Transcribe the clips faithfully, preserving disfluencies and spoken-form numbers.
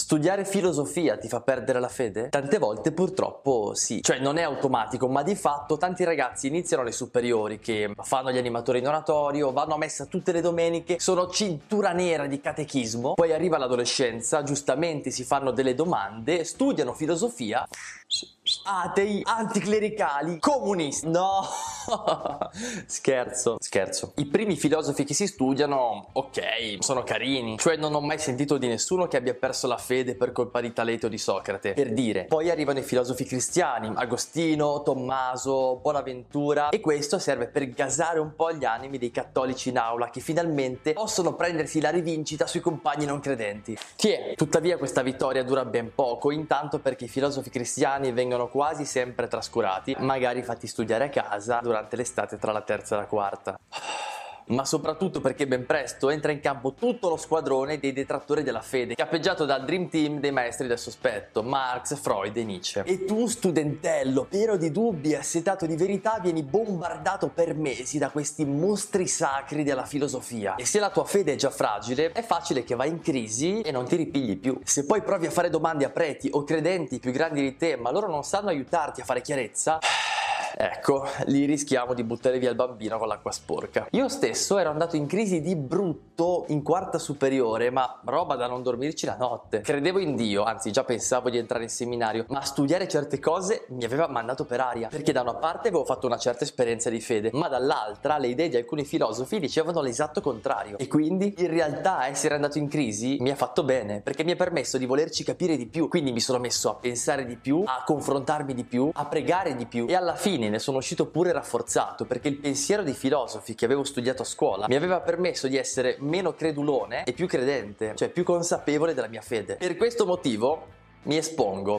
Studiare filosofia ti fa perdere la fede? Tante volte purtroppo sì, cioè non è automatico, ma di fatto tanti ragazzi iniziano le superiori che fanno gli animatori in oratorio, vanno a messa tutte le domeniche, sono cintura nera di catechismo, poi arriva l'adolescenza, giustamente si fanno delle domande, studiano filosofia, atei, anticlericali, comunisti. No, scherzo, scherzo. I primi filosofi che si studiano, ok, sono carini, cioè non ho mai sentito di nessuno che abbia perso la fede per colpa di Talete o di Socrate, per dire. Poi arrivano i filosofi cristiani, Agostino, Tommaso, Bonaventura, e questo serve per gasare un po' gli animi dei cattolici in aula che finalmente possono prendersi la rivincita sui compagni non credenti. Che tuttavia questa vittoria dura ben poco, intanto perché i filosofi cristiani vengono quasi sempre trascurati, magari fatti studiare a casa durante l'estate tra la terza e la quarta. Ma soprattutto perché ben presto entra in campo tutto lo squadrone dei detrattori della fede, capeggiato dal dream team dei maestri del sospetto, Marx, Freud e Nietzsche. E tu, studentello, pieno di dubbi e assetato di verità, vieni bombardato per mesi da questi mostri sacri della filosofia. E se la tua fede è già fragile, è facile che vai in crisi e non ti ripigli più. Se poi provi a fare domande a preti o credenti più grandi di te, ma loro non sanno aiutarti a fare chiarezza, ecco, lì rischiamo di buttare via il bambino con l'acqua sporca. Io stesso ero andato in crisi di brutto in quarta superiore, ma roba da non dormirci la notte. Credevo in Dio, anzi già pensavo di entrare in seminario, ma studiare certe cose mi aveva mandato per aria, perché da una parte avevo fatto una certa esperienza di fede, ma dall'altra le idee di alcuni filosofi dicevano l'esatto contrario. E quindi in realtà essere andato in crisi mi ha fatto bene, perché mi ha permesso di volerci capire di più. Quindi mi sono messo a pensare di più, a confrontarmi di più, a pregare di più, e alla fine ne sono uscito pure rafforzato, perché il pensiero dei filosofi che avevo studiato a scuola mi aveva permesso di essere meno credulone e più credente, cioè più consapevole della mia fede. Per questo motivo mi espongo.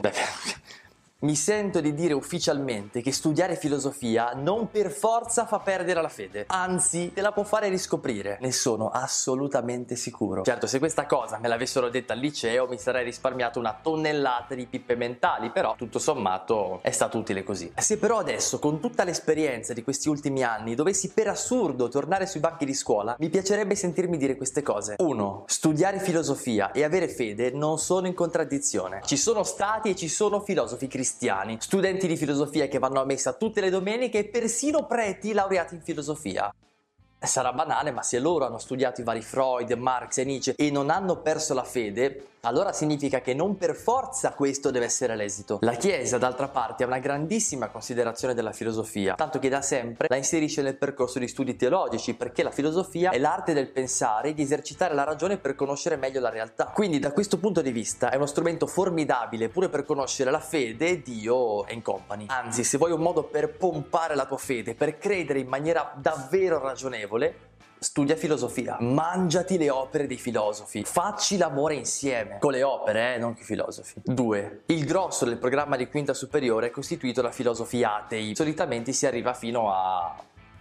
Mi sento di dire ufficialmente che studiare filosofia non per forza fa perdere la fede, anzi te la può fare riscoprire, ne sono assolutamente sicuro. Certo, se questa cosa me l'avessero detta al liceo mi sarei risparmiato una tonnellata di pippe mentali, però tutto sommato è stato utile così. Se però adesso, con tutta l'esperienza di questi ultimi anni, dovessi per assurdo tornare sui banchi di scuola, mi piacerebbe sentirmi dire queste cose. uno. Studiare filosofia e avere fede non sono in contraddizione. Ci sono stati e ci sono filosofi cristiani, studenti di filosofia che vanno a messa tutte le domeniche e persino preti laureati in filosofia. Sarà banale, ma se loro hanno studiato i vari Freud, Marx e Nietzsche e non hanno perso la fede, allora significa che non per forza questo deve essere l'esito. La Chiesa, d'altra parte, ha una grandissima considerazione della filosofia, tanto che da sempre la inserisce nel percorso di studi teologici, perché la filosofia è l'arte del pensare, di esercitare la ragione per conoscere meglio la realtà. Quindi da questo punto di vista è uno strumento formidabile pure per conoscere la fede, Dio e in company. Anzi, se vuoi un modo per pompare la tua fede, per credere in maniera davvero ragionevole, studia filosofia, mangiati le opere dei filosofi, facci l'amore insieme, con le opere, eh, non con i filosofi. due. Il grosso del programma di quinta superiore è costituito da filosofi atei, solitamente si arriva fino a...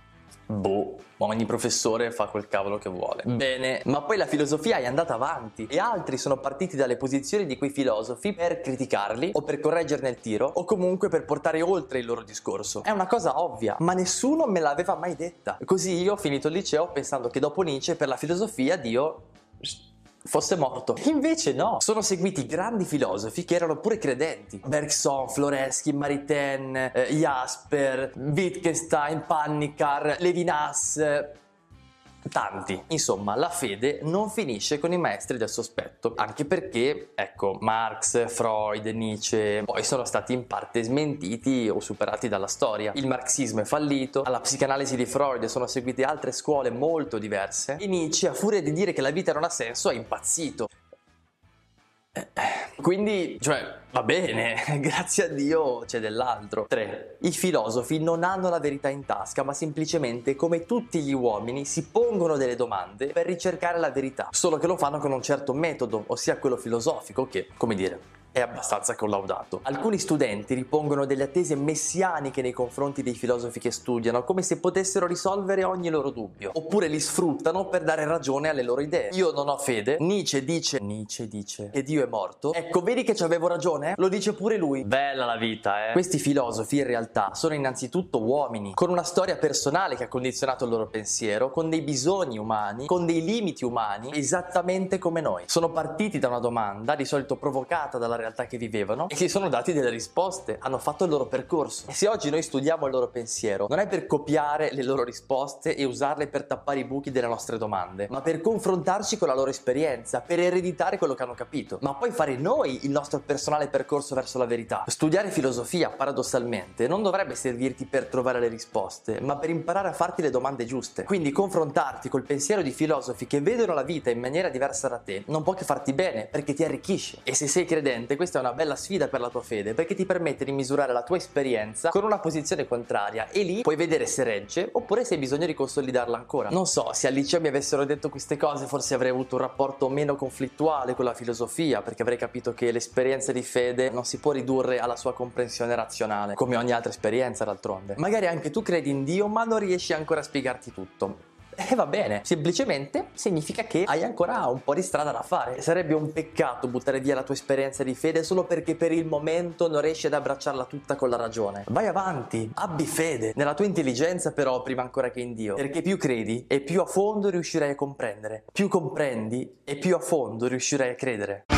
boh, ogni professore fa quel cavolo che vuole. Bene, ma poi la filosofia è andata avanti e altri sono partiti dalle posizioni di quei filosofi per criticarli o per correggerne il tiro o comunque per portare oltre il loro discorso. È una cosa ovvia, ma nessuno me l'aveva mai detta. Così io ho finito il liceo pensando che dopo Nietzsche per la filosofia Dio fosse morto. Invece no, sono seguiti grandi filosofi che erano pure credenti. Bergson, Floreschi, Maritain, eh, Jasper, Wittgenstein, Panikkar, Levinas, eh, tanti. Insomma, la fede non finisce con i maestri del sospetto, anche perché, ecco, Marx, Freud, Nietzsche poi sono stati in parte smentiti o superati dalla storia. Il marxismo è fallito, alla psicanalisi di Freud sono seguite altre scuole molto diverse e Nietzsche, a furia di dire che la vita non ha senso, è impazzito. Quindi, cioè, va bene, grazie a Dio c'è dell'altro. tre. I filosofi non hanno la verità in tasca, ma semplicemente, come tutti gli uomini, si pongono delle domande per ricercare la verità, solo che lo fanno con un certo metodo, ossia quello filosofico, che, come dire, è abbastanza collaudato. Alcuni studenti ripongono delle attese messianiche nei confronti dei filosofi che studiano, come se potessero risolvere ogni loro dubbio, oppure li sfruttano per dare ragione alle loro idee. Io non ho fede, Nietzsche dice Nietzsche dice che Dio è morto. Ecco, vedi che ci avevo ragione? Lo dice pure lui. Bella la vita, eh? Questi filosofi in realtà sono innanzitutto uomini, con una storia personale che ha condizionato il loro pensiero, con dei bisogni umani, con dei limiti umani, esattamente come noi. Sono partiti da una domanda, di solito provocata dalla realtà che vivevano, e si sono dati delle risposte, hanno fatto il loro percorso. E se oggi noi studiamo il loro pensiero, non è per copiare le loro risposte e usarle per tappare i buchi delle nostre domande, ma per confrontarci con la loro esperienza, per ereditare quello che hanno capito, ma poi fare noi il nostro personale percorso verso la verità. Studiare filosofia, paradossalmente, non dovrebbe servirti per trovare le risposte, ma per imparare a farti le domande giuste. Quindi confrontarti col pensiero di filosofi che vedono la vita in maniera diversa da te non può che farti bene, perché ti arricchisce. E se sei credente, questa è una bella sfida per la tua fede, perché ti permette di misurare la tua esperienza con una posizione contraria, e lì puoi vedere se regge oppure se hai bisogno di consolidarla ancora. Non so, se al liceo mi avessero detto queste cose forse avrei avuto un rapporto meno conflittuale con la filosofia, perché avrei capito che l'esperienza di fede non si può ridurre alla sua comprensione razionale, come ogni altra esperienza d'altronde. Magari anche tu credi in Dio ma non riesci ancora a spiegarti tutto. E va bene, semplicemente significa che hai ancora un po' di strada da fare. Sarebbe un peccato buttare via la tua esperienza di fede solo perché per il momento non riesci ad abbracciarla tutta con la ragione. Vai avanti, abbi fede nella tua intelligenza, però prima ancora che in Dio, perché più credi e più a fondo riuscirai a comprendere, più comprendi e più a fondo riuscirai a credere.